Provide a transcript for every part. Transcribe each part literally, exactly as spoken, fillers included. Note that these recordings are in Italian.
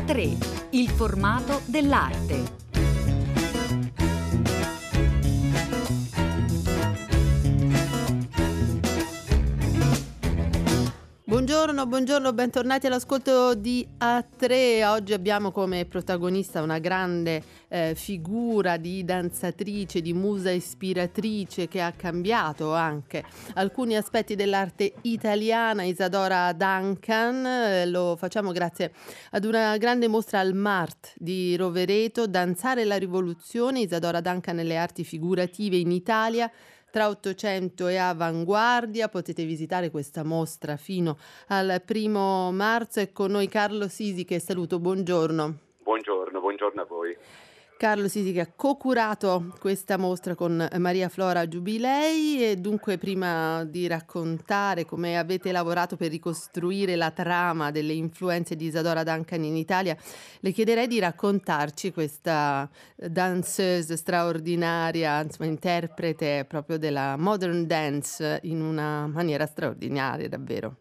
tre, il formato dell'arte. Buongiorno, buongiorno, bentornati all'ascolto di A tre. Oggi abbiamo come protagonista una grande eh, figura di danzatrice, di musa ispiratrice che ha cambiato anche alcuni aspetti dell'arte italiana, Isadora Duncan. Eh, lo facciamo grazie ad una grande mostra al MART di Rovereto, Danzare la rivoluzione, Isadora Duncan e le arti figurative in Italia tra Ottocento e Avanguardia. Potete visitare questa mostra fino al primo marzo. È con noi Carlo Sisi, che saluto, buongiorno. Buongiorno, buongiorno a voi. Carlo Sisi, che ha co-curato questa mostra con Maria Flora Giubilei, e dunque prima di raccontare come avete lavorato per ricostruire la trama delle influenze di Isadora Duncan in Italia, le chiederei di raccontarci questa danseuse straordinaria, insomma, interprete proprio della modern dance in una maniera straordinaria, davvero.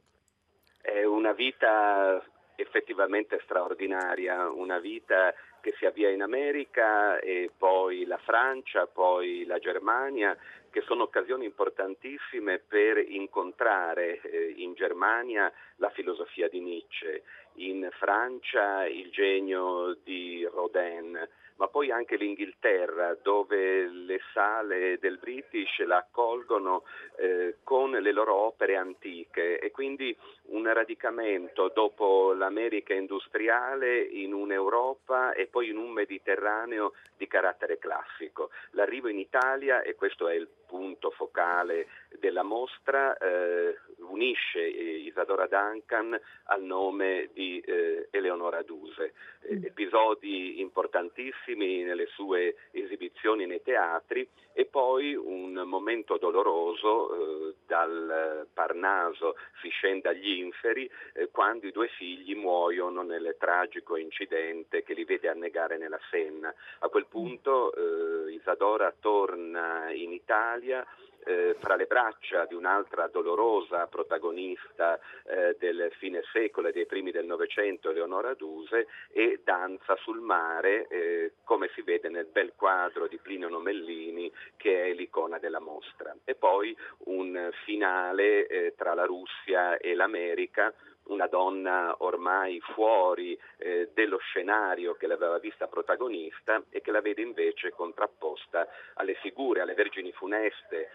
È una vita effettivamente straordinaria, una vita che si avvia in America e poi la Francia, poi la Germania, che sono occasioni importantissime per incontrare eh, in Germania la filosofia di Nietzsche, in Francia il genio di Rodin, ma poi anche l'Inghilterra, dove le sale del British la accolgono eh, con le loro opere antiche, e quindi un radicamento dopo l'America industriale in un'Europa e poi in un Mediterraneo di carattere classico. L'arrivo in Italia, e questo è il punto focale della mostra, eh, unisce Isadora Duncan al nome di eh, Eleonora Duse. Eh, episodi importantissimi nelle sue esibizioni nei teatri, e poi un momento doloroso, eh, dal Parnaso si scende agli inferi, eh, quando i due figli muoiono nel tragico incidente che li vede annegare nella Senna. A quel punto eh, Isadora torna in Italia, Eh, fra le braccia di un'altra dolorosa protagonista eh, del fine secolo e dei primi del Novecento, Eleonora Duse, e danza sul mare, eh, come si vede nel bel quadro di Plinio Nomellini, che è l'icona della mostra. E poi un finale eh, tra la Russia e l'America, una donna ormai fuori eh, dello scenario che l'aveva vista protagonista e che la vede invece contrapposta alle figure, alle Vergini funeste,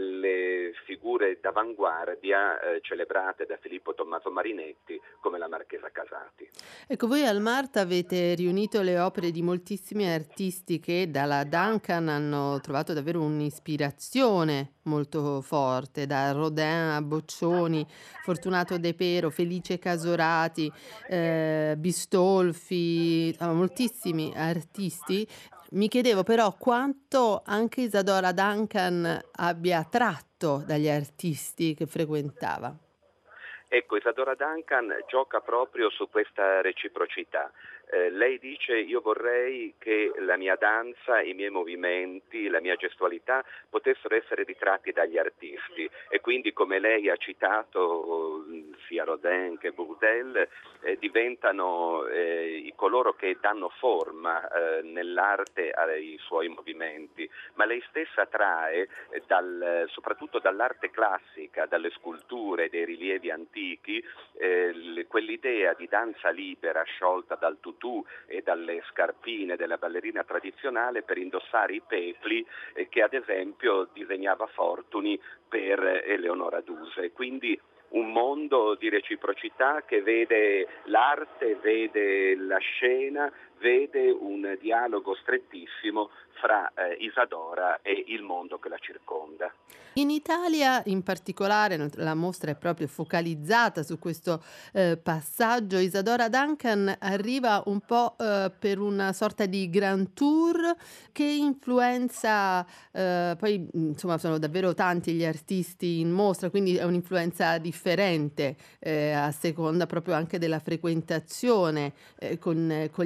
alle figure d'avanguardia eh, celebrate da Filippo Tommaso Marinetti come la Marchesa Casati. Ecco, voi al MART avete riunito le opere di moltissimi artisti che dalla Duncan hanno trovato davvero un'ispirazione molto forte, da Rodin a Boccioni, Fortunato De Pero, Felice Casorati, eh, Bistolfi, insomma, moltissimi artisti. Mi chiedevo però quanto anche Isadora Duncan abbia tratto dagli artisti che frequentava. Ecco, Isadora Duncan gioca proprio su questa reciprocità. Eh, lei dice: io vorrei che la mia danza, i miei movimenti, la mia gestualità potessero essere ritratti dagli artisti, e quindi, come lei ha citato sia Rodin che Bourdelle, eh, diventano eh, i coloro che danno forma eh, nell'arte ai suoi movimenti, ma lei stessa trae eh, dal, soprattutto dall'arte classica, dalle sculture, dei rilievi antichi, eh, quell'idea di danza libera sciolta dal tutù e dalle scarpine della ballerina tradizionale per indossare i pepli eh, che ad esempio disegnava Fortuny per Eleonora Duse. Quindi un mondo di reciprocità che vede l'arte, vede la scena, vede un dialogo strettissimo fra eh, Isadora e il mondo che la circonda. In Italia in particolare la mostra è proprio focalizzata su questo eh, passaggio. Isadora Duncan arriva un po' eh, per una sorta di grand tour che influenza, eh, poi insomma sono davvero tanti gli artisti in mostra, quindi è un'influenza differente eh, a seconda proprio anche della frequentazione eh, con, con gli artisti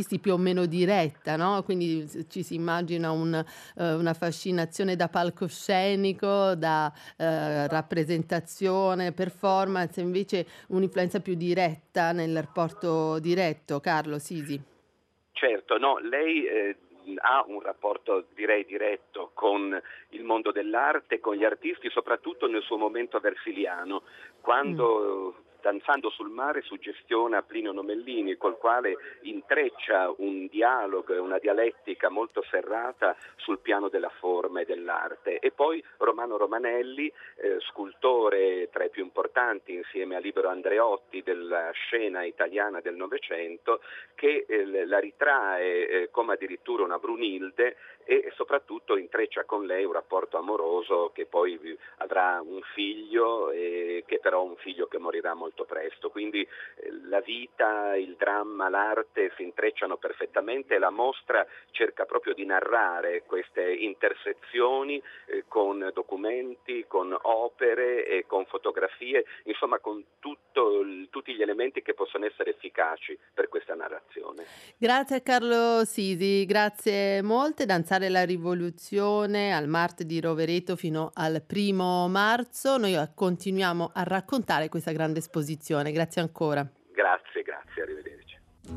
artisti più o meno diretta, no? Quindi s- ci si immagina un, eh, una fascinazione da palcoscenico, da eh, rappresentazione, performance, invece un'influenza più diretta nel rapporto diretto. Carlo Sisi. Certo, no, lei eh, ha un rapporto direi diretto con il mondo dell'arte, con gli artisti, soprattutto nel suo momento versiliano, Mm. quando danzando sul mare suggestiona Plinio Nomellini, col quale intreccia un dialogo e una dialettica molto serrata sul piano della forma e dell'arte. E poi Romano Romanelli, eh, scultore tra i più importanti insieme a Libero Andreotti della scena italiana del Novecento, che eh, la ritrae eh, come addirittura una Brunilde e soprattutto intreccia con lei un rapporto amoroso che poi avrà un figlio, eh, che però è un figlio che morirà molto presto. Quindi eh, la vita, il dramma, l'arte si intrecciano perfettamente e la mostra cerca proprio di narrare queste intersezioni eh, con documenti, con opere e con fotografie, insomma con tutto, tutti gli elementi che possono essere efficaci per questa narrazione. Grazie a Carlo Sisi, grazie molte. Danzare la rivoluzione al Mart di Rovereto fino al primo marzo. Noi eh, continuiamo a raccontare questa grande esposizione. Grazie ancora. Grazie, grazie, arrivederci.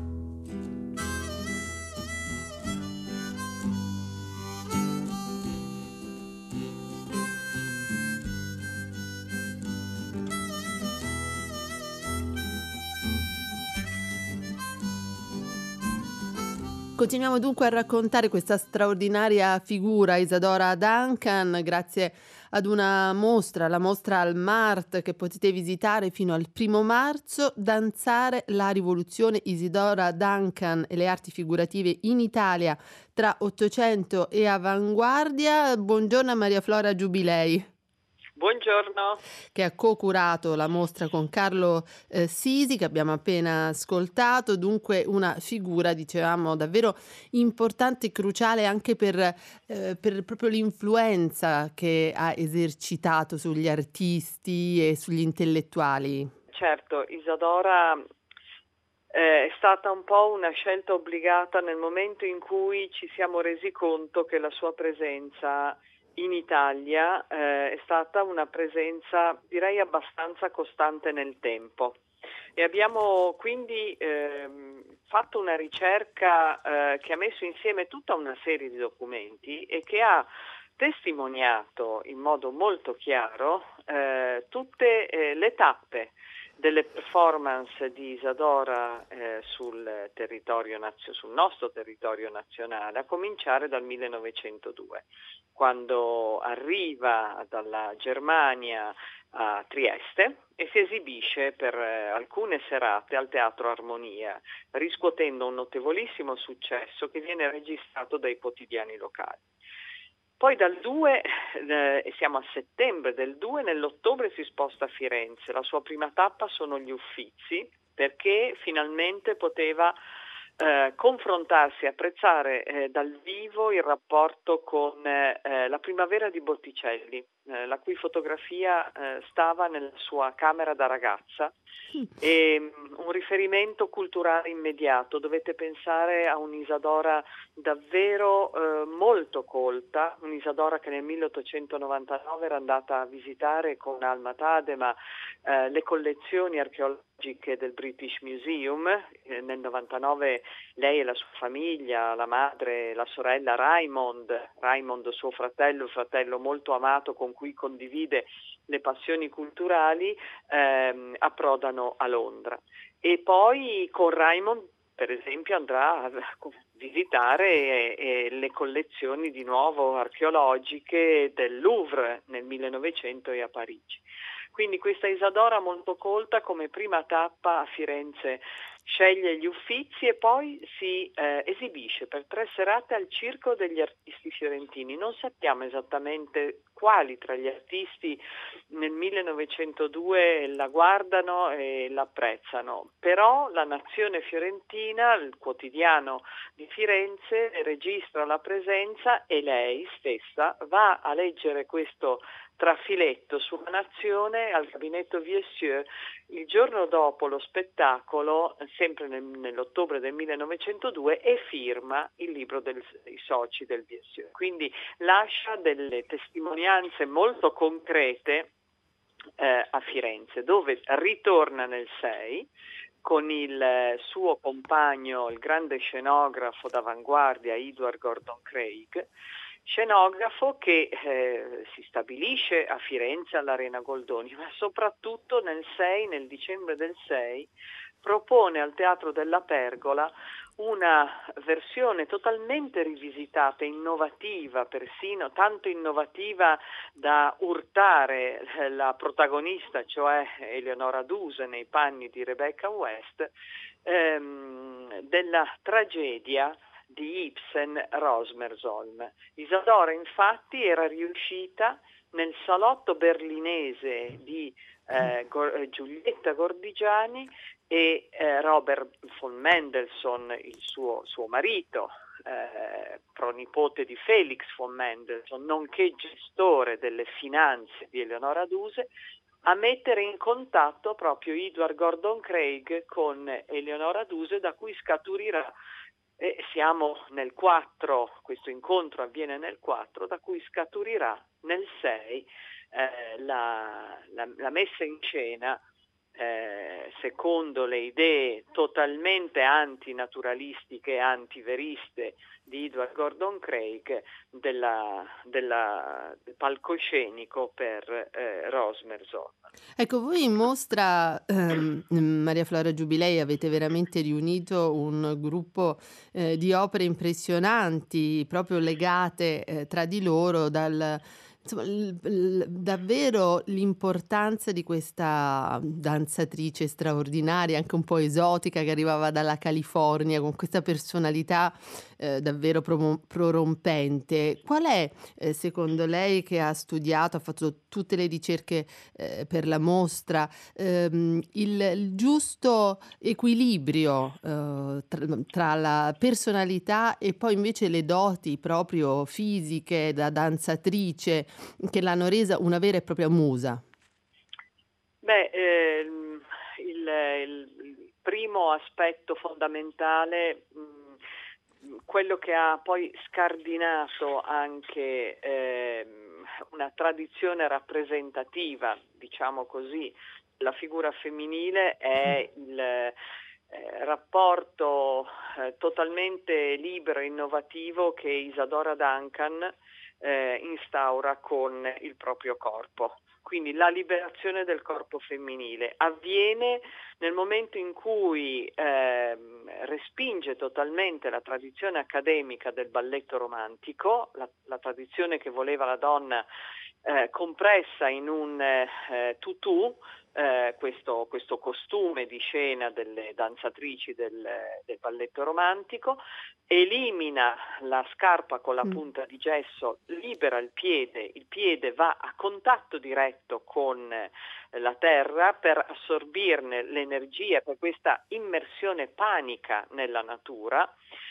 Continuiamo dunque a raccontare questa straordinaria figura, Isadora Duncan, grazie ad una mostra, la mostra al Mart che potete visitare fino al primo marzo, Danzare la rivoluzione Isadora Duncan e le arti figurative in Italia tra Ottocento e Avanguardia. Buongiorno a Maria Flora Giubilei, Buongiorno. che ha co-curato la mostra con Carlo eh, Sisi, che abbiamo appena ascoltato. Dunque una figura, dicevamo, davvero importante e cruciale anche per, eh, per proprio l'influenza che ha esercitato sugli artisti e sugli intellettuali. Certo, Isadora eh, è stata un po' una scelta obbligata nel momento in cui ci siamo resi conto che la sua presenza in Italia eh, è stata una presenza, direi, abbastanza costante nel tempo. E abbiamo quindi ehm, fatto una ricerca eh, che ha messo insieme tutta una serie di documenti e che ha testimoniato in modo molto chiaro eh, tutte eh, le tappe delle performance di Isadora eh, sul territorio nazio- sul nostro territorio nazionale, a cominciare dal millenovecentodue, quando arriva dalla Germania a Trieste e si esibisce per eh, alcune serate al Teatro Armonia, riscuotendo un notevolissimo successo che viene registrato dai quotidiani locali. Poi dal due, eh, siamo a settembre del due, nell'ottobre si sposta a Firenze. La sua prima tappa sono gli Uffizi, perché finalmente poteva eh, confrontarsi e apprezzare eh, dal vivo il rapporto con eh, la Primavera di Botticelli, eh, la cui fotografia eh, stava nella sua camera da ragazza. E um, un riferimento culturale immediato. Dovete pensare a un'Isadora davvero eh, molto colta, un'Isadora che nel milleottocentonovantanove era andata a visitare con Alma Tadema eh, le collezioni archeologiche del British Museum. Eh, nel novantanove lei e la sua famiglia, la madre, la sorella Raymond, Raymond suo fratello, un fratello molto amato con cui condivide le passioni culturali, ehm, approdano a Londra. E poi con Raymond, per esempio, andrà a visitare eh, eh, le collezioni di nuovo archeologiche del Louvre nel millenovecento e a Parigi. Quindi questa Isadora molto colta, come prima tappa a Firenze sceglie gli Uffizi e poi si eh, esibisce per tre serate al Circo degli Artisti Fiorentini. Non sappiamo esattamente quali tra gli artisti nel millenovecentodue la guardano e l'apprezzano, però la Nazione Fiorentina, il quotidiano di Firenze, registra la presenza e lei stessa va a leggere questo trafiletto sulla Nazione al gabinetto Viessieux il giorno dopo lo spettacolo, sempre nel, nell'ottobre del millenovecentodue, e firma il libro del- dei soci del Viessieux. Quindi lascia delle testimonianze molto concrete eh, a Firenze, dove ritorna nel sei con il eh, suo compagno, il grande scenografo d'avanguardia Edward Gordon Craig, scenografo che eh, si stabilisce a Firenze all'Arena Goldoni, ma soprattutto nel sei, nel dicembre del sei, propone al Teatro della Pergola una versione totalmente rivisitata, innovativa, persino tanto innovativa da urtare eh, la protagonista, cioè Eleonora Duse nei panni di Rebecca West, ehm, della tragedia di Ibsen Rosmersholm. Isadora infatti era riuscita nel salotto berlinese di eh, Go- Giulietta Gordigiani e eh, Robert von Mendelssohn, il suo, suo marito, eh, pronipote di Felix von Mendelssohn, nonché gestore delle finanze di Eleonora Duse, a mettere in contatto proprio Edward Gordon Craig con Eleonora Duse, da cui scaturirà, e siamo nel quattro, questo incontro avviene nel quattro, da cui scaturirà nel sei eh, la, la, la messa in scena eh, secondo le idee totalmente antinaturalistiche e antiveriste di Edward Gordon Craig della, della, del palcoscenico per eh, Rosmersholm. Ecco, voi in mostra, ehm, Maria Flora Giubilei, avete veramente riunito un gruppo eh, di opere impressionanti, proprio legate eh, tra di loro dal... Insomma, il- il- davvero l'importanza di questa danzatrice straordinaria, anche un po' esotica, che arrivava dalla California con questa personalità eh, davvero promo- prorompente. Qual è, eh, secondo lei, che ha studiato, ha fatto tutte le ricerche eh, per la mostra, ehm, il, il giusto equilibrio eh, tra, tra la personalità e poi invece le doti proprio fisiche da danzatrice che l'hanno resa una vera e propria musa? Beh, ehm, il, il primo aspetto fondamentale, mh, quello che ha poi scardinato anche ehm, una tradizione rappresentativa, diciamo così, la figura femminile, è il eh, rapporto eh, totalmente libero e innovativo che Isadora Duncan eh, instaura con il proprio corpo. Quindi la liberazione del corpo femminile avviene nel momento in cui eh, respinge totalmente la tradizione accademica del balletto romantico, la, la tradizione che voleva la donna eh, compressa in un eh, tutù, eh, questo, questo costume di scena delle danzatrici del, del balletto romantico, elimina la scarpa con la Mm. punta di gesso, libera il piede, il piede va a contatto diretto con eh, la terra per assorbirne l'energia, per questa immersione panica nella natura,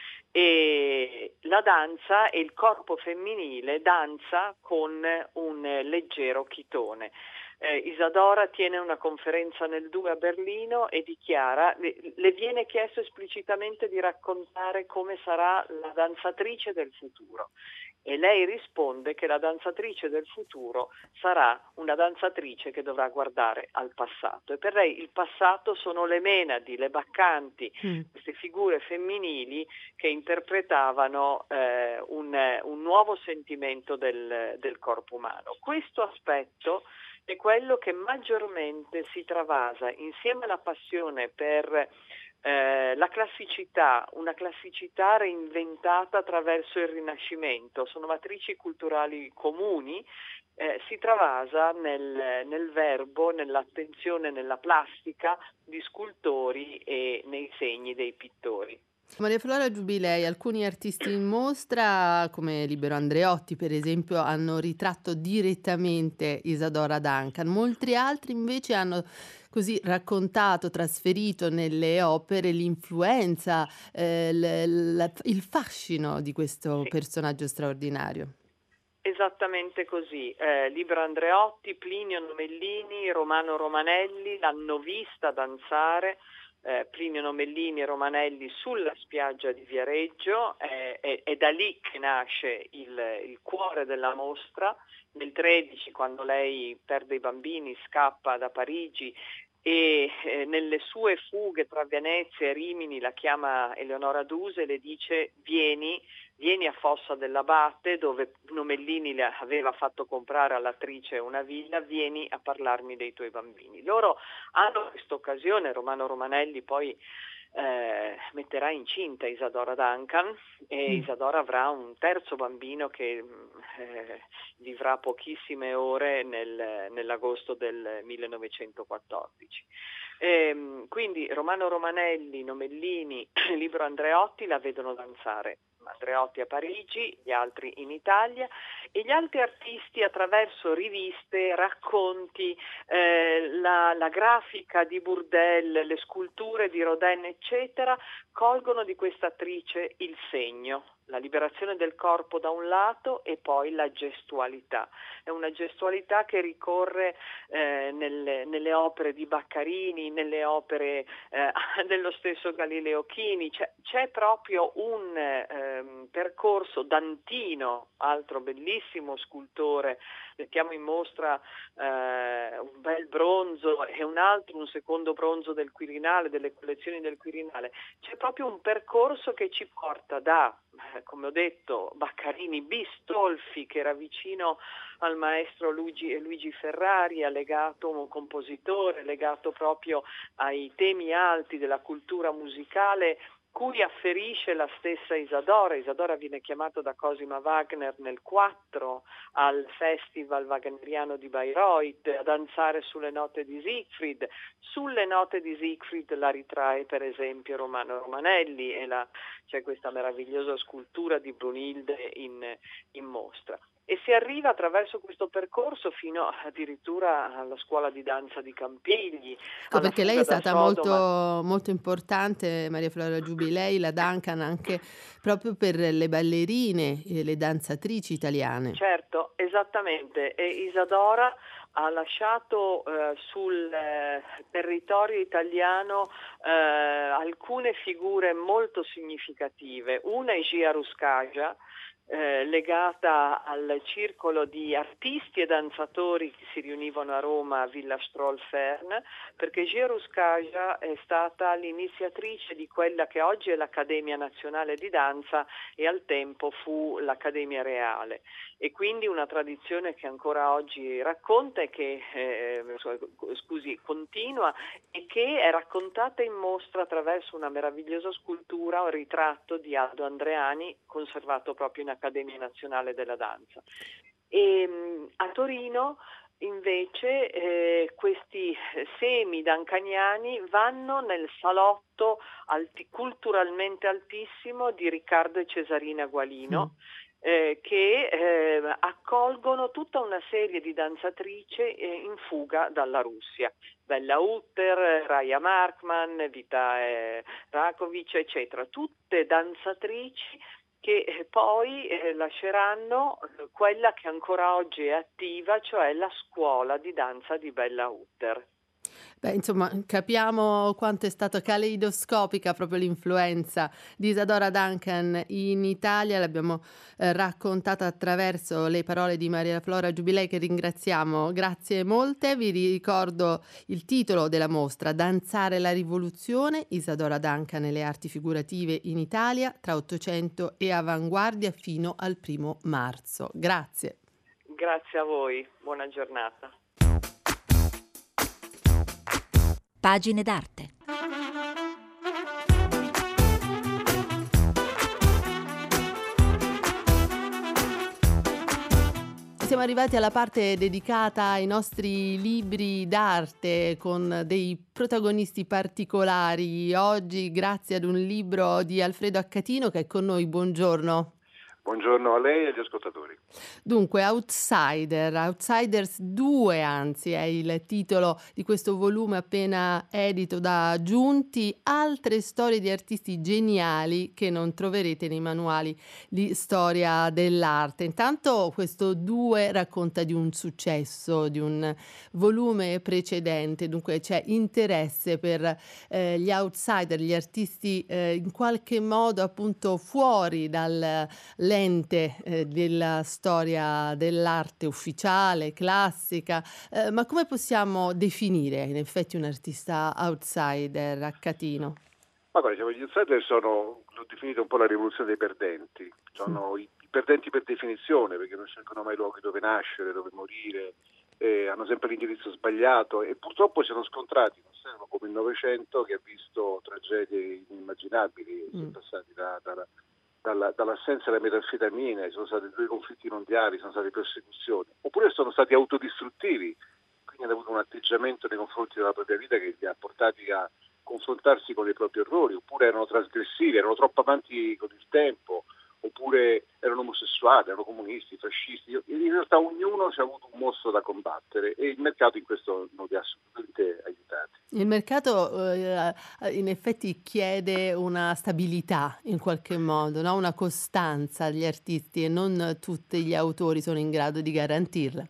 e la danza e il corpo femminile danza con un leggero chitone. Eh, Isadora tiene una conferenza nel due a Berlino e dichiara, le, le viene chiesto esplicitamente di raccontare come sarà la danzatrice del futuro, e lei risponde che la danzatrice del futuro sarà una danzatrice che dovrà guardare al passato, e per lei il passato sono le Menadi, le Baccanti, Mm. queste figure femminili che interpretavano eh, un, un nuovo sentimento del, del corpo umano. Questo aspetto è quello che maggiormente si travasa insieme alla passione per eh, la classicità, una classicità reinventata attraverso il Rinascimento. Sono matrici culturali comuni, eh, si travasa nel, nel verbo, nell'attenzione, nella plastica di scultori e nei segni dei pittori. Maria Flora Giubilei, alcuni artisti in mostra, come Libero Andreotti per esempio, hanno ritratto direttamente Isadora Duncan. Molti altri invece hanno così raccontato, trasferito nelle opere l'influenza, eh, l- la- il fascino di questo Sì. personaggio straordinario. Esattamente così. Eh, Libero Andreotti, Plinio Nomellini, Romano Romanelli l'hanno vista danzare. Eh, Plinio Nomellini e Romanelli sulla spiaggia di Viareggio, eh, è, è da lì che nasce il, il cuore della mostra. Nel tredici, quando lei perde i bambini, scappa da Parigi e eh, nelle sue fughe tra Venezia e Rimini la chiama Eleonora Duse e le dice vieni, vieni a Fossa dell'Abate, dove Nomellini le aveva fatto comprare all'attrice una villa, vieni a parlarmi dei tuoi bambini. Loro hanno questa occasione, Romano Romanelli poi eh, metterà incinta Isadora Duncan e Mm. Isadora avrà un terzo bambino che eh, vivrà pochissime ore nel, nell'agosto del millenovecentoquattordici. Ehm, quindi Romano Romanelli, Nomellini, Libero Andreotti la vedono danzare. Andreotti a Parigi, gli altri in Italia, e gli altri artisti attraverso riviste, racconti, eh, la, la grafica di Bourdelle, le sculture di Rodin, eccetera, colgono di questa attrice il segno, la liberazione del corpo da un lato e poi la gestualità. È una gestualità che ricorre eh, nelle, nelle opere di Baccarini, nelle opere eh, dello stesso Galileo Chini. C'è, c'è proprio un eh, percorso dantino, altro bellissimo scultore. Mettiamo in mostra eh, un bel bronzo e un altro, un secondo bronzo del Quirinale, delle collezioni del Quirinale. C'è proprio un percorso che ci porta da, eh, come ho detto, Baccarini, Bistolfi, che era vicino al maestro Luigi, Luigi Ferrari, legato un compositore, legato proprio ai temi alti della cultura musicale, cui afferisce la stessa Isadora. Isadora viene chiamata da Cosima Wagner nel quattro al Festival Wagneriano di Bayreuth a danzare sulle note di Siegfried. Sulle note di Siegfried la ritrae per esempio Romano Romanelli e la, c'è questa meravigliosa scultura di Brunilde in, in mostra. E si arriva attraverso questo percorso fino addirittura alla scuola di danza di Campigli. Ecco, alla perché lei fuga è da stata Sodoma. molto, molto importante, Maria Flora Giubilei, la Duncan, anche proprio per le ballerine e le danzatrici italiane. Certo, esattamente. E Isadora ha lasciato eh, sul eh, territorio italiano eh, alcune figure molto significative. Una è Gia Ruscaja, Eh, legata al circolo di artisti e danzatori che si riunivano a Roma a Villa Strollfern, perché Gia Ruscaja è stata l'iniziatrice di quella che oggi è l'Accademia Nazionale di Danza e al tempo fu l'Accademia Reale, e quindi una tradizione che ancora oggi racconta e che eh, scusi, continua e che è raccontata in mostra attraverso una meravigliosa scultura, un ritratto di Aldo Andreani conservato proprio in Accademia Nazionale della Danza. E a Torino invece eh, questi semi dancaniani vanno nel salotto alti, culturalmente altissimo di Riccardo e Cesarina Gualino, mm. Eh, che eh, accolgono tutta una serie di danzatrici eh, in fuga dalla Russia. Bella Utter, Raya Markman, Vita eh, Rakovic, eccetera, tutte danzatrici che eh, poi eh, lasceranno quella che ancora oggi è attiva, cioè la scuola di danza di Bella Utter. Beh, insomma, capiamo quanto è stata caleidoscopica proprio l'influenza di Isadora Duncan in Italia. L'abbiamo eh, raccontata attraverso le parole di Maria Flora Giubilei, che ringraziamo. Grazie molte. Vi ricordo il titolo della mostra: Danzare la rivoluzione, Isadora Duncan e le arti figurative in Italia tra Ottocento e Avanguardia fino al primo marzo. Grazie. Grazie a voi, buona giornata. Pagine d'arte. Siamo arrivati alla parte dedicata ai nostri libri d'arte con dei protagonisti particolari. Oggi grazie ad un libro di Alfredo Accatino che è con noi. Buongiorno. Buongiorno a lei e agli ascoltatori. Dunque, Outsider, Outsiders due anzi è il titolo di questo volume appena edito da Giunti, altre storie di artisti geniali che non troverete nei manuali di storia dell'arte. Intanto questo due racconta di un successo, di un volume precedente, dunque c'è interesse per eh, gli outsider, gli artisti eh, in qualche modo appunto fuori dal l'ente eh, della storia dell'arte ufficiale, classica, eh, ma come possiamo definire in effetti un artista outsider, Accatino? Ma guarda, diciamo, gli outsider sono, l'ho definito un po' la rivoluzione dei perdenti, sono i, i perdenti per definizione, perché non scelgono mai luoghi dove nascere, dove morire, eh, hanno sempre l'indirizzo sbagliato e purtroppo si sono scontrati in un secolo come il Novecento che ha visto tragedie inimmaginabili, sono Mm. passati da, da, dalla, dall'assenza della metanfetamina, ci sono stati due conflitti mondiali, sono state persecuzioni, oppure sono stati autodistruttivi, quindi hanno avuto un atteggiamento nei confronti della propria vita che li ha portati a confrontarsi con i propri errori, oppure erano trasgressivi, erano troppo avanti con il tempo, oppure erano omosessuali, erano comunisti, fascisti. In realtà ognuno ci ha avuto un mostro da combattere e il mercato in questo non li ha assolutamente aiutati. Il mercato eh, in effetti chiede una stabilità in qualche modo, no? Una costanza agli artisti e non tutti gli autori sono in grado di garantirla.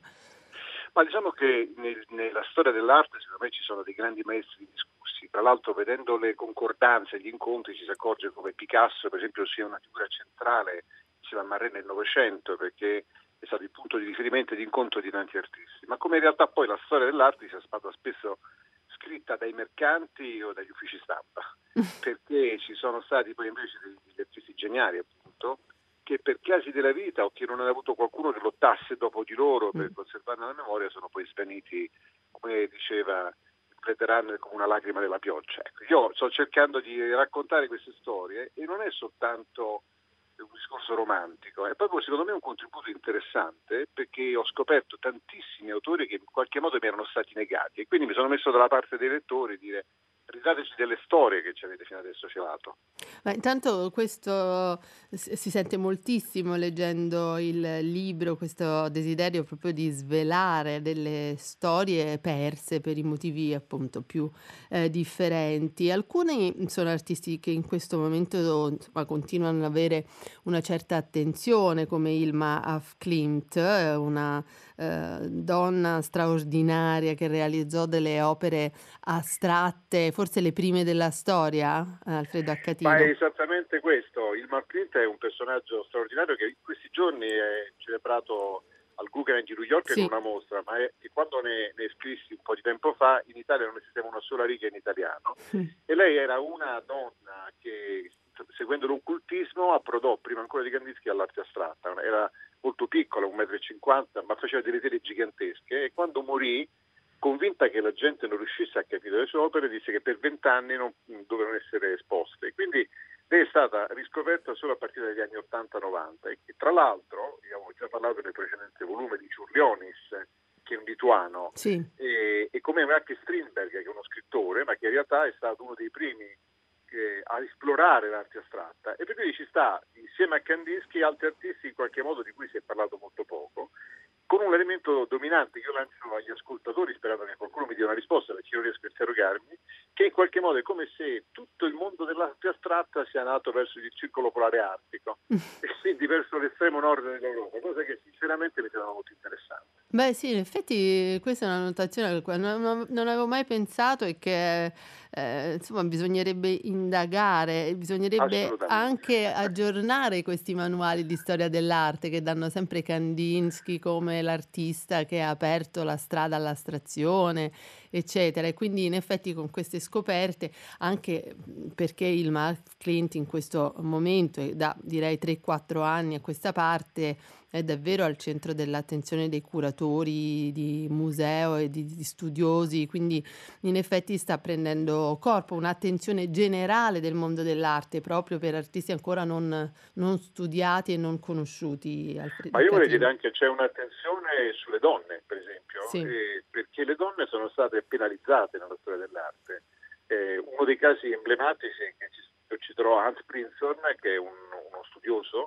Ma diciamo che nel, nella storia dell'arte secondo me ci sono dei grandi maestri discussi, tra l'altro vedendo le concordanze, gli incontri ci si accorge come Picasso per esempio sia una figura centrale insieme a Manet nel Novecento, perché è stato il punto di riferimento e di incontro di tanti artisti, ma come in realtà poi la storia dell'arte sia stata spesso scritta dai mercanti o dagli uffici stampa, perché ci sono stati poi invece degli, degli artisti geniali appunto, che per casi della vita o che non hanno avuto qualcuno che lottasse dopo di loro per Mm. conservarne la memoria sono poi svaniti, come diceva il veterano, come una lacrima della pioggia. Ecco, io sto cercando di raccontare queste storie e non è soltanto un discorso romantico, è proprio secondo me un contributo interessante perché ho scoperto tantissimi autori che in qualche modo mi erano stati negati e quindi mi sono messo dalla parte dei lettori e dire ridateci delle storie che ci avete fino adesso celato. Ma intanto questo s- si sente moltissimo leggendo il libro, questo desiderio proprio di svelare delle storie perse per i motivi appunto più eh, differenti. Alcuni sono artisti che in questo momento insomma, continuano ad avere una certa attenzione, come Ilma af Klint, eh, una eh, donna straordinaria che realizzò delle opere astratte, forse le prime della storia, eh, Alfredo Ma è Accatino. esattamente questo, il Mark Clint è un personaggio straordinario che in questi giorni è celebrato al Guggenheim di New York con Sì. una mostra, ma è, che quando ne, ne scrissi un po' di tempo fa in Italia non esisteva una sola riga in italiano e lei era una donna che seguendo l'occultismo approdò prima ancora di Kandinsky all'arte astratta, era molto piccola, un metro e cinquanta, ma faceva delle tele gigantesche e quando morì, convinta che la gente non riuscisse a capire le sue opere, disse che per vent'anni non dovevano essere esposte. Quindi lei è stata riscoperta solo a partire dagli anni ottanta novanta e che, tra l'altro, abbiamo già parlato nel precedente volume di Čiurlionis, che è un lituano, Sì. e, e come anche Strindberg, che è uno scrittore, ma che in realtà è stato uno dei primi eh, a esplorare l'arte astratta. E per cui ci sta, insieme a Kandinsky, altri artisti in qualche modo di cui si è parlato molto poco, con un elemento dominante che io lancio agli ascoltatori sperando che qualcuno mi dia una risposta perché io non riesco a interrogarmi, che in qualche modo è come se tutto il mondo dell'arte astratta sia nato verso il circolo polare artico e quindi verso l'estremo nord dell'Europa, cosa che sinceramente mi sembra molto interessante. Beh sì, in effetti questa è una notazione al quale non, non- non avevo mai pensato e che eh, insomma bisognerebbe indagare, e bisognerebbe Assolutamente. anche aggiornare questi manuali di storia dell'arte che danno sempre Kandinsky come l'artista che ha aperto la strada all'astrazione, eccetera. E quindi in effetti con queste scoperte, anche mh, perché il Mark Clint in questo momento, e da direi tre quattro anni a questa parte, è davvero al centro dell'attenzione dei curatori di museo e di, di studiosi, quindi in effetti sta prendendo corpo un'attenzione generale del mondo dell'arte proprio per artisti ancora non, non studiati e non conosciuti. Alfredo Ma io vorrei dire Accatino. anche che c'è un'attenzione sulle donne, per esempio, Sì. eh, perché le donne sono state penalizzate nella storia dell'arte. Eh, uno dei casi emblematici che ci, ci trovo Hans Prinzhorn, che è un, uno studioso,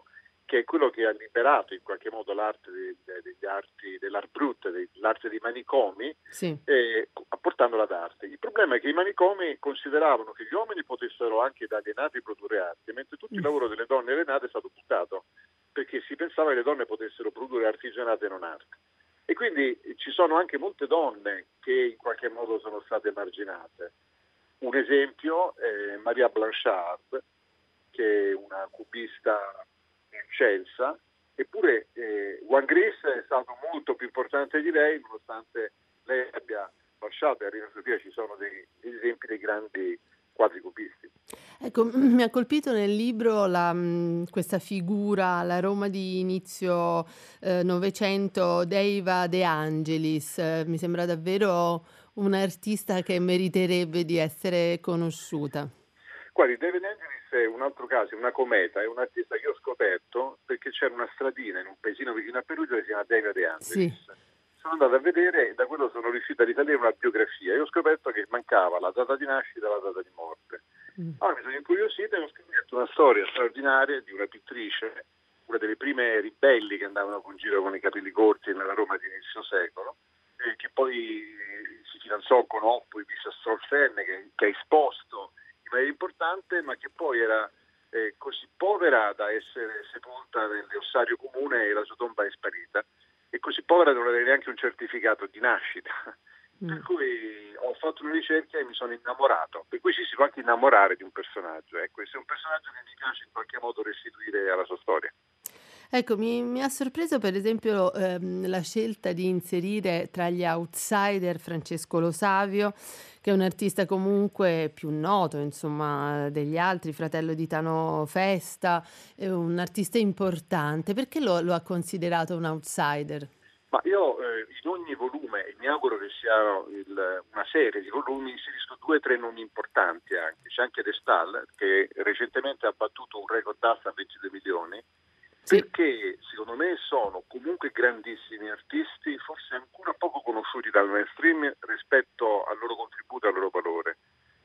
che è quello che ha liberato in qualche modo l'arte de, de, degli arti, dell'art brut, de, l'arte dei manicomi, Sì. eh, portandola ad arte. Il problema è che i manicomi consideravano che gli uomini potessero anche da alienati produrre arte, mentre tutto il lavoro delle donne alienate è stato buttato, perché si pensava che le donne potessero produrre artigianato e non arte. E quindi ci sono anche molte donne che in qualche modo sono state emarginate. Un esempio è Maria Blanchard, che è una cubista eccelsa, eppure eh, Juan Gris è stato molto più importante di lei, nonostante lei abbia lasciato, e a Reina Sofia ci sono dei, degli esempi dei grandi quadricubisti. Ecco, mi ha colpito nel libro la, mh, questa figura, la Roma di inizio eh, Novecento, Deiva De Angelis. Eh, mi sembra davvero un'artista che meriterebbe di essere conosciuta. Guardi, David Angelis è un altro caso, è una cometa, è un artista che ho scoperto perché c'era una stradina in un paesino vicino a Perugia che si chiama Deiva De Angelis. Sì. Sono andato a vedere e da quello sono riuscito a risalire una biografia e ho scoperto che mancava la data di nascita e la data di morte. Mm. Allora mi sono incuriosito e ho scritto una storia straordinaria di una pittrice, una delle prime ribelli che andavano in giro con i capelli corti nella Roma di inizio secolo, eh, che poi si fidanzò con Oppo e visse a Strolfenne, che, che ha esposto in maniera importante, ma che poi era eh, così povera da essere sepolta nell'ossario comune e la sua tomba è sparita, e così povera da non avere neanche un certificato di nascita. Mm. Per cui ho fatto una ricerca e mi sono innamorato, per cui ci si può anche innamorare di un personaggio. Ecco, questo è un personaggio che mi piace in qualche modo restituire alla sua storia. Ecco, mi, mi ha sorpreso per esempio ehm, la scelta di inserire tra gli outsider Francesco Lo Savio, che è un artista comunque più noto, insomma, degli altri, fratello di Tano Festa, è un artista importante. Perché lo, lo ha considerato un outsider? Ma io eh, in ogni volume, e mi auguro che sia il, una serie di volumi, inserisco due o tre nomi importanti anche. C'è anche De Stael, che recentemente ha battuto un record d'asta a ventidue milioni, sì. Perché secondo me sono comunque grandissimi artisti, forse ancora poco conosciuti dal mainstream rispetto al loro contributo e al loro valore.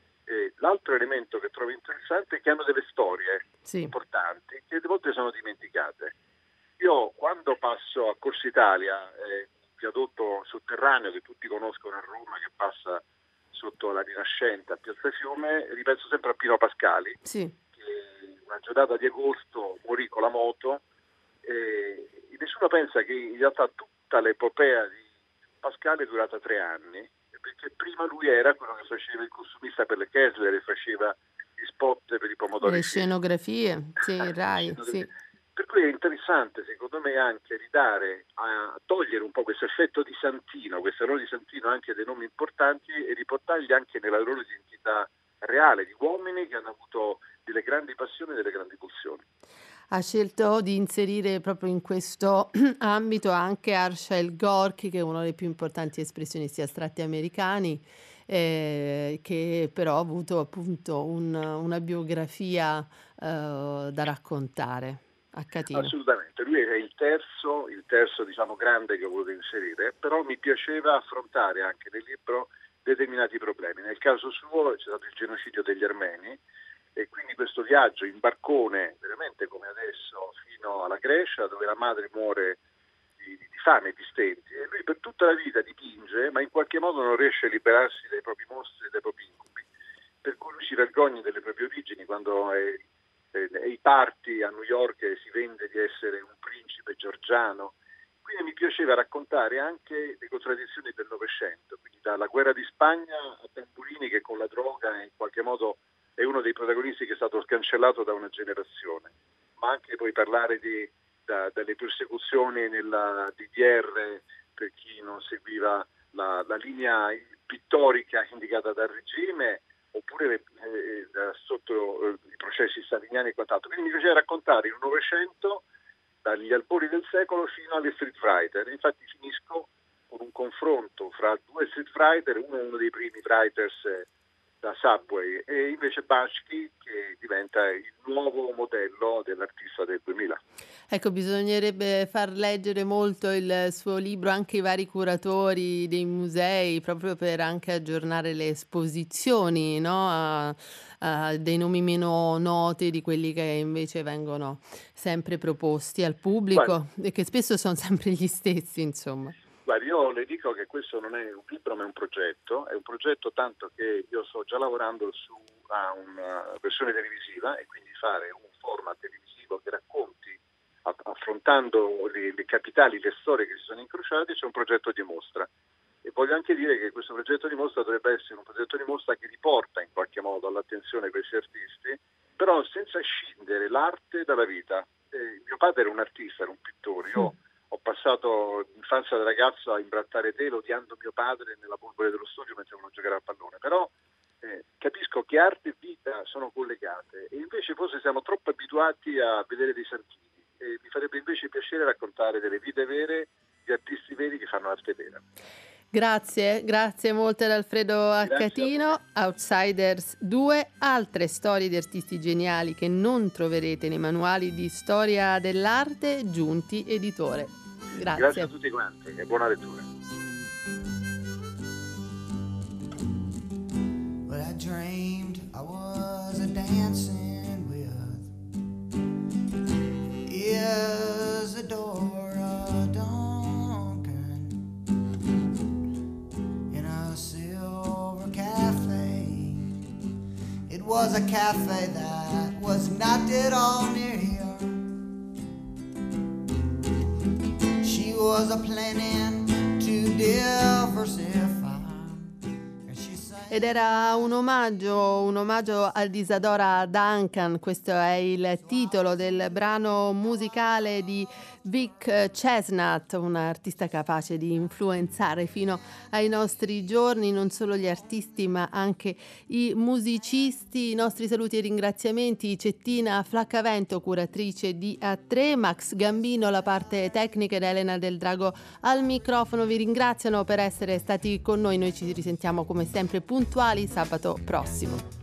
E l'altro elemento che trovo interessante è che hanno delle storie sì. importanti che a volte sono dimenticate. Io quando passo a Corso Italia, eh, un viadotto sotterraneo che tutti conoscono a Roma, che passa sotto la Rinascente a Piazza Fiume, ripenso sempre a Pino Pascali, sì. che una giornata di agosto morì con la moto, e nessuno pensa che in realtà tutta l'epopea di Pascali è durata tre anni, perché prima lui era quello che faceva il costumista per le Kessler e faceva gli spot per i pomodori. Le scenografie, sì, il Rai, sì. Per cui è interessante secondo me anche ridare, a togliere un po' questo effetto di Santino, questo ruolo di Santino anche dei nomi importanti e riportarli anche nella loro identità reale di uomini che hanno avuto delle grandi passioni e delle grandi pulsioni. Ha scelto di inserire proprio in questo ambito anche Arshile Gorky, che è uno dei più importanti espressionisti astratti americani, eh, che però ha avuto appunto un, una biografia eh, da raccontare a Catino. Assolutamente, lui è il terzo, il terzo diciamo grande che ho voluto inserire, però mi piaceva affrontare anche nel libro determinati problemi. Nel caso suo c'è stato il genocidio degli armeni, e quindi questo viaggio in barcone, veramente come adesso, fino alla Grecia, dove la madre muore di, di fame e di stenti, e lui per tutta la vita dipinge, ma in qualche modo non riesce a liberarsi dai propri mostri e dai propri incubi, per cui lui si vergogna delle proprie origini quando è, è, è ai party a New York e si vende di essere un principe georgiano. Quindi mi piaceva raccontare anche le contraddizioni del Novecento, quindi dalla guerra di Spagna a Tamburini, che con la droga in qualche modo è uno dei protagonisti che è stato scancellato da una generazione, ma anche poi parlare di, da, dalle persecuzioni nella D D R per chi non seguiva la, la linea pittorica indicata dal regime, oppure eh, sotto eh, i processi staliniani e quant'altro. Quindi mi piaceva raccontare il Novecento dagli albori del secolo fino alle street writer. Infatti finisco con un confronto fra due street writer, uno è uno dei primi writers da Subway, e invece Bashki che diventa il nuovo modello dell'artista del duemila. Ecco, bisognerebbe far leggere molto il suo libro anche ai vari curatori dei musei, proprio per anche aggiornare le esposizioni, no? A, a dei nomi meno noti di quelli che invece vengono sempre proposti al pubblico. Guarda, e che spesso sono sempre gli stessi, insomma. Guardi, io le dico che questo non è un libro ma è un progetto, è un progetto tanto che io sto già lavorando su a una versione televisiva, e quindi fare un format televisivo che racconti, affrontando le, le capitali, le storie che si sono incrociate. C'è un progetto di mostra, e voglio anche dire che questo progetto di mostra dovrebbe essere un progetto di mostra che riporta in qualche modo all'attenzione questi artisti, però senza scindere l'arte dalla vita. Eh, mio padre era un artista, era un pittore, io ho passato l'infanzia da ragazzo a imbrattare tela odiando mio padre nella polvere dello studio mentre volevo giocare a pallone, però eh, capisco che arte e vita sono collegate, e invece forse siamo troppo abituati a vedere dei santini, e mi farebbe invece piacere raccontare delle vite vere di artisti veri che fanno arte vera. Grazie, grazie molte ad Alfredo Accatino. Outsiders due, altre storie di artisti geniali che non troverete nei manuali di storia dell'arte, Giunti Editore. Grazie. Grazie a tutti quanti e buona lettura. Well, I dreamed I was a dancing with Isadora Duncan in a silver cafe. It was a cafe that was not at all near here. She was a planning to diversify. Ed era un omaggio, un omaggio ad Isadora Duncan. Questo è il titolo del brano musicale di Vic Chesnutt, un artista capace di influenzare fino ai nostri giorni non solo gli artisti ma anche i musicisti. I nostri saluti e ringraziamenti: Cettina Flaccavento, curatrice di A tre, Max Gambino la parte tecnica ed Elena Del Drago al microfono. Vi ringraziano per essere stati con noi. Noi ci risentiamo come sempre puntuali sabato prossimo.